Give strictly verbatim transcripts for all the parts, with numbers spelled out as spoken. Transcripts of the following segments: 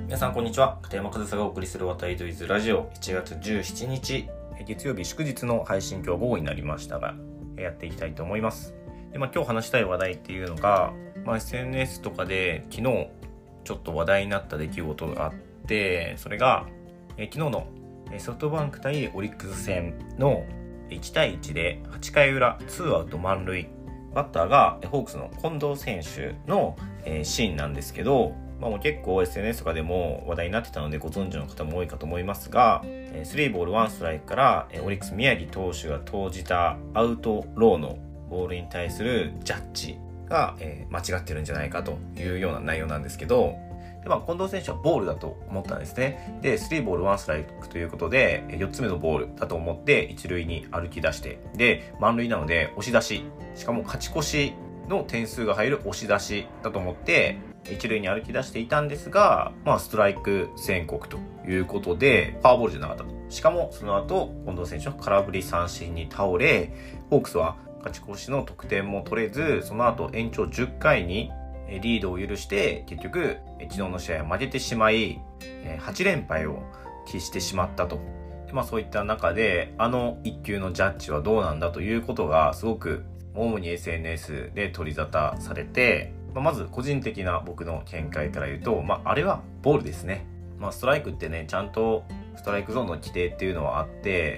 皆さんこんにちは。片山和沙がお送りするWhat I Do Isラジオ、いちがつじゅうしちにち月曜日祝日の配信、今日午後になりましたがやっていきたいと思います。で、まあ、今日話したい話題っていうのが、まあ、エスエヌエス とかで昨日ちょっと話題になった出来事があって、それがえ昨日のソフトバンク対オリックス戦のいちたいいちではちかいうらツーアウト満塁、バッターがホークスの近藤選手のシーンなんですけど、まあ、もう結構 エスエヌエス とかでも話題になってたのでご存知の方も多いかと思いますが、スリーボールワンストライクからオリックス宮城投手が投じたアウトローのボールに対するジャッジが間違ってるんじゃないかというような内容なんですけど、で、まあ、近藤選手はボールだと思ったんですね。で、スリーボールワンストライクということでよっつめのボールだと思って一塁に歩き出して、で満塁なので押し出し、しかも勝ち越しの点数が入る押し出しだと思って一塁に歩き出していたんですが、まあストライク宣告ということでパワーボールじゃなかったと。しかもその後近藤選手は空振り三振に倒れ、ホークスは勝ち越しの得点も取れず、その後延長じゅっかいにリードを許して結局昨日の試合は負けてしまいはちれんぱいを喫してしまったと。で、まあ、そういった中であのいっきゅうのジャッジはどうなんだということがすごく主に エスエヌエス で取り沙汰されて、まあ、まず個人的な僕の見解から言うと、まあ、あれはボールですね。まあ、ストライクってね、ちゃんとストライクゾーンの規定っていうのはあって、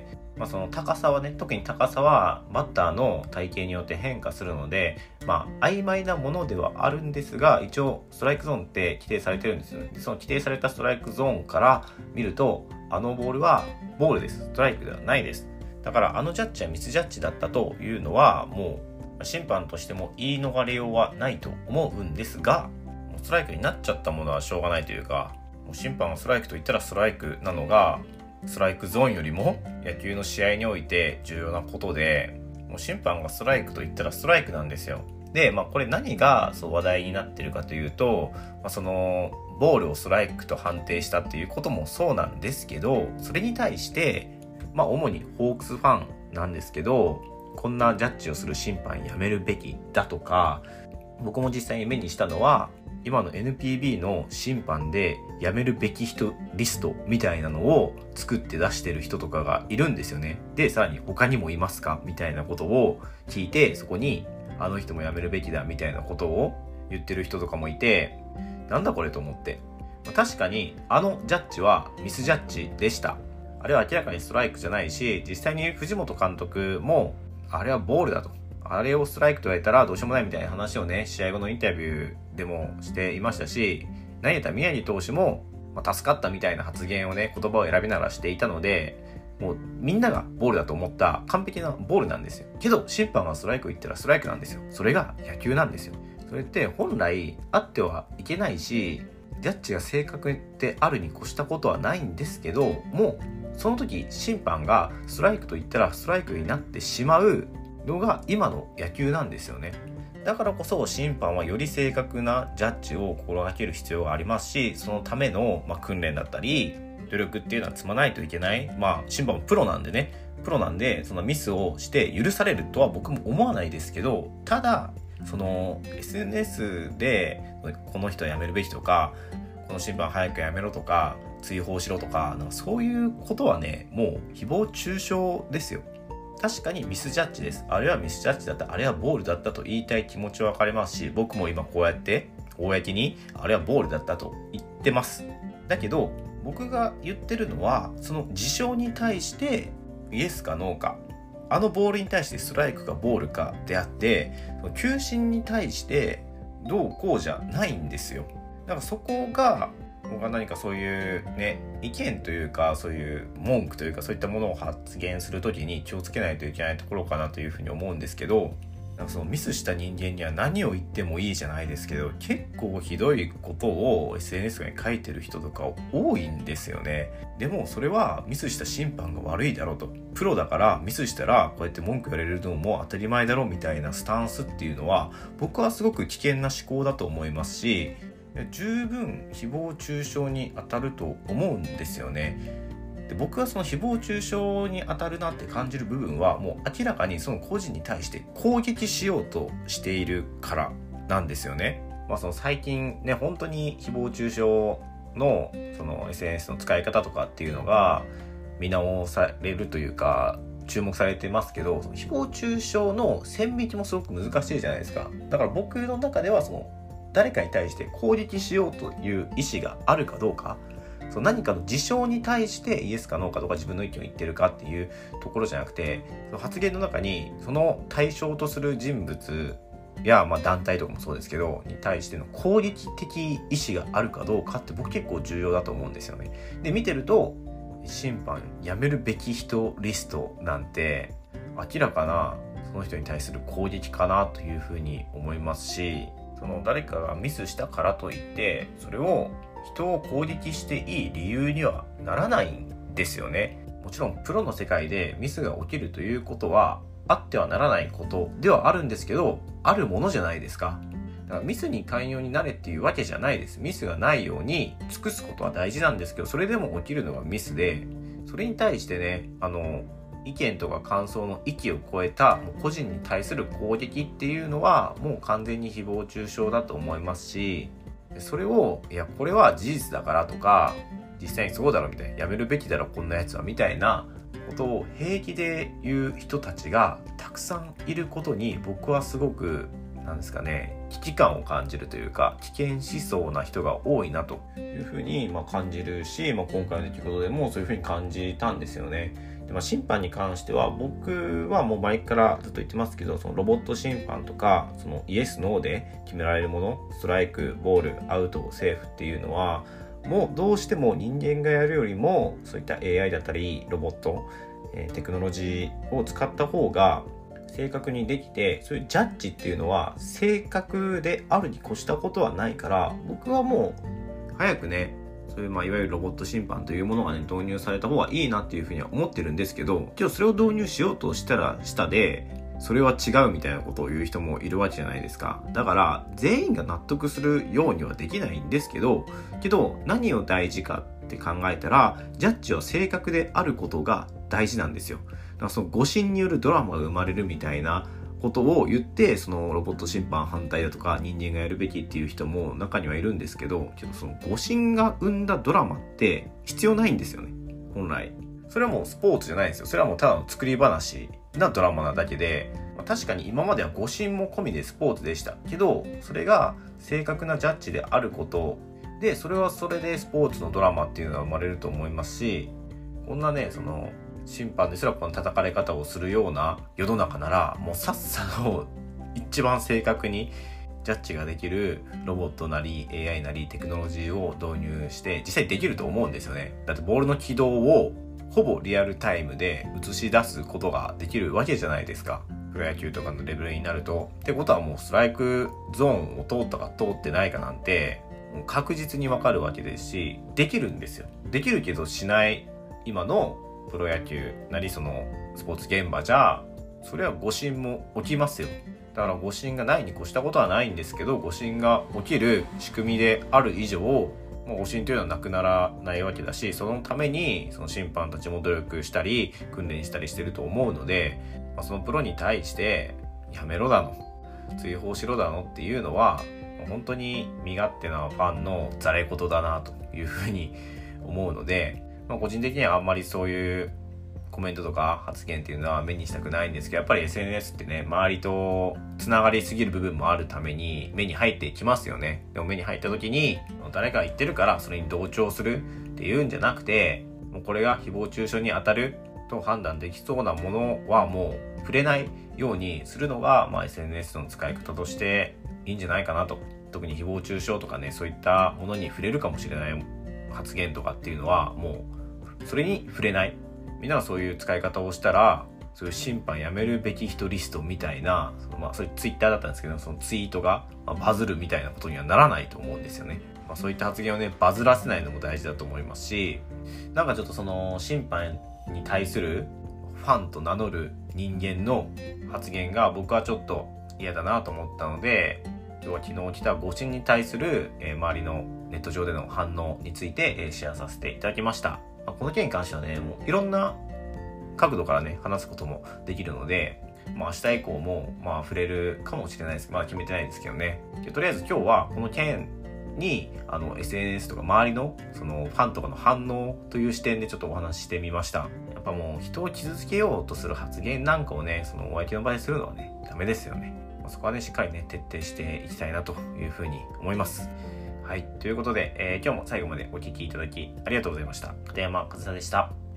まあ、その高さはね、特に高さはバッターの体型によって変化するので、まあ曖昧なものではあるんですが、一応ストライクゾーンって規定されてるんですよね。でその規定されたストライクゾーンから見ると、あのボールはボールです、ストライクではないです。だからあのジャッジはミスジャッジだったというのは、もう審判としても言い逃れようはないと思うんですが、ストライクになっちゃったものはしょうがないというか、もう審判はストライクと言ったらストライクなのがストライクゾーンよりも野球の試合において重要なことで、もう審判がストライクと言ったらストライクなんですよ。で、まあこれ何がそう話題になってるかというと、まあ、そのボールをストライクと判定したっていうこともそうなんですけど、それに対してまあ主にホークスファンなんですけど、こんなジャッジをする審判やめるべきだとか、僕も実際に目にしたのは今の エヌピービー の審判で辞めるべき人リストみたいなのを作って出してる人とかがいるんですよね。で、さらに他にもいますかみたいなことを聞いて、そこにあの人も辞めるべきだみたいなことを言ってる人とかもいて、なんだこれと思って。確かにあのジャッジはミスジャッジでした。あれは明らかにストライクじゃないし、実際に藤本監督もあれはボールだと、あれをストライクと言われたらどうしようもないみたいな話をね、試合後のインタビューでもしていましたし、何やったら宮城投手も、まあ、助かったみたいな発言をね、言葉を選びながらしていたので、もうみんながボールだと思った完璧なボールなんですよ。けど審判がストライク言ったらストライクなんですよ。それが野球なんですよ。それって本来あってはいけないし、ジャッジが正確であるに越したことはないんですけど、もうその時審判がストライクと言ったらストライクになってしまうのが今の野球なんですよね。だからこそ審判はより正確なジャッジを心がける必要がありますし、そのための、まあ、訓練だったり努力っていうのは積まないといけない。まあ審判もプロなんでね、プロなんでそのミスをして許されるとは僕も思わないですけど、ただその エスエヌエス でこの人は辞めるべきとか、この審判早く辞めろとか追放しろとか、なんかそういうことはね、もう誹謗中傷ですよ。確かにミスジャッジです。あれはミスジャッジだった、あれはボールだったと言いたい気持ちは分かりますし、僕も今こうやって公にあれはボールだったと言ってます。だけど僕が言ってるのは、その事象に対してイエスかノーか、あのボールに対してストライクかボールかであって、球審に対してどうこうじゃないんですよ。だからそこが僕は何かそういうね、意見というかそういう文句というかそういったものを発言するときに気をつけないといけないところかなというふうに思うんですけど、なんかそのミスした人間には何を言ってもいいじゃないですけど、結構ひどいことを エスエヌエス に書いてる人とか多いんですよね。でもそれはミスした審判が悪いだろうと、プロだからミスしたらこうやって文句言われるのも当たり前だろうみたいなスタンスっていうのは、僕はすごく危険な思考だと思いますし、十分誹謗中傷に当たると思うんですよね。で、僕はその誹謗中傷に当たるなって感じる部分は、もう明らかにその個人に対して攻撃しようとしているからなんですよね。まあ、その最近ね、本当に誹謗中傷のその エスエヌエス の使い方とかっていうのが見直されるというか注目されてますけど、誹謗中傷の線引きもすごく難しいじゃないですか。だから僕の中ではその誰かに対して攻撃しようという意思があるかどうか、その何かの事象に対してイエスかノーかとか自分の意見を言ってるかっていうところじゃなくて、その発言の中にその対象とする人物や、まあ、団体とかもそうですけどに対しての攻撃的意思があるかどうかって僕結構重要だと思うんですよね。で見てると審判やめるべき人リストなんて明らかなその人に対する攻撃かなというふうに思いますし、その誰かがミスしたからといってそれを人を攻撃していい理由にはならないんですよね。もちろんプロの世界でミスが起きるということはあってはならないことではあるんですけど、あるものじゃないですか。だからミスに寛容になれっていうわけじゃないです。ミスがないように尽くすことは大事なんですけど、それでも起きるのがミスで、それに対してね、あの意見とか感想の域を超えたもう個人に対する攻撃っていうのはもう完全に誹謗中傷だと思いますし、それをいやこれは事実だからとか実際にそうだろみたいな、やめるべきだろこんなやつはみたいなことを平気で言う人たちがたくさんいることに僕はすごくなんですかね、危機感を感じるというか危険しそうな人が多いなというふうにまあ感じるし、まあ、今回の出来事でもそういうふうに感じたんですよね。で、まあ、審判に関しては僕はもう前からずっと言ってますけど、そのロボット審判とかそのイエスノーで決められるもの、ストライク、ボール、アウト、セーフっていうのはもうどうしても人間がやるよりもそういった エーアイ だったりロボット、えー、テクノロジーを使った方が正確にできて、そういうジャッジっていうのは正確であるに越したことはないから、僕はもう早くねそういうまあいわゆるロボット審判というものがね導入された方がいいなっていうふうには思ってるんですけど、今日それを導入しようとしたら下でそれは違うみたいなことを言う人もいるわけじゃないですか。だから全員が納得するようにはできないんですけど、けど何を大事かって考えたらジャッジは正確であることが大事なんですよ。だからその誤審によるドラマが生まれるみたいなことを言って、そのロボット審判反対だとか人間がやるべきっていう人も中にはいるんですけど、けどその誤審が生んだドラマって必要ないんですよね、本来。それはもうスポーツじゃないんですよ。それはもうただの作り話なドラマなだけで、まあ、確かに今までは誤審も込みでスポーツでしたけど、それが正確なジャッジであることで、それはそれでスポーツのドラマっていうのは生まれると思いますし、こんなねその審判ですらこの叩かれ方をするような世の中なら、もうさっさと一番正確にジャッジができるロボットなり エーアイ なりテクノロジーを導入して実際できると思うんですよね。だってボールの軌道をほぼリアルタイムで映し出すことができるわけじゃないですか、プロ野球とかのレベルになると。ってことはもうストライクゾーンを通ったか通ってないかなんてもう確実にわかるわけですし、できるんですよ。できるけどしない今のプロ野球なりそのスポーツ現場じゃそれは誤審も起きますよ。だから誤審がないに越したことはないんですけど、誤審が起きる仕組みである以上もう誤審というのはなくならないわけだし、そのためにその審判たちも努力したり訓練したりしてると思うので、まあ、そのプロに対してやめろだの追放しろだのっていうのは本当に身勝手なファンのざれ言だなというふうに思うので、まあ、個人的にはあんまりそういうコメントとか発言っていうのは目にしたくないんですけど、やっぱり エスエヌエス ってね周りとつながりすぎる部分もあるために目に入ってきますよね。でも目に入った時に誰かが言ってるからそれに同調するっていうんじゃなくて、もうこれが誹謗中傷に当たると判断できそうなものはもう触れないようにするのが、まあ、エスエヌエス の使い方としていいんじゃないかなと。特に誹謗中傷とかねそういったものに触れるかもしれない発言とかっていうのはもうそれに触れない。みんながそういう使い方をしたら、そういう審判やめるべき人リストみたいな、そのまあそういうツイッターだったんですけど、そのツイートがバズるみたいなことにはならないと思うんですよね。まあ、そういった発言をねバズらせないのも大事だと思いますし、なんかちょっとその審判に対するファンと名乗る人間の発言が僕はちょっと嫌だなと思ったので、今日は昨日起きた誤審に対する、えー、周りのネット上での反応について、えー、シェアさせていただきました。まあ、この件に関してはねもういろんな角度からね話すこともできるので、まあ、明日以降もまあ触れるかもしれないです。まだ決めてないですけどね。とりあえず今日はこの件にあの エスエヌエス とか周りのそのファンとかの反応という視点でちょっとお話ししてみました。やっぱもう人を傷つけようとする発言なんかをね、そのお相手の場でするのはね、ダメですよね。そこはね、しっかりね、徹底していきたいなというふうに思います。はい。ということで、えー、今日も最後までお聞きいただきありがとうございました。片山和沙でした。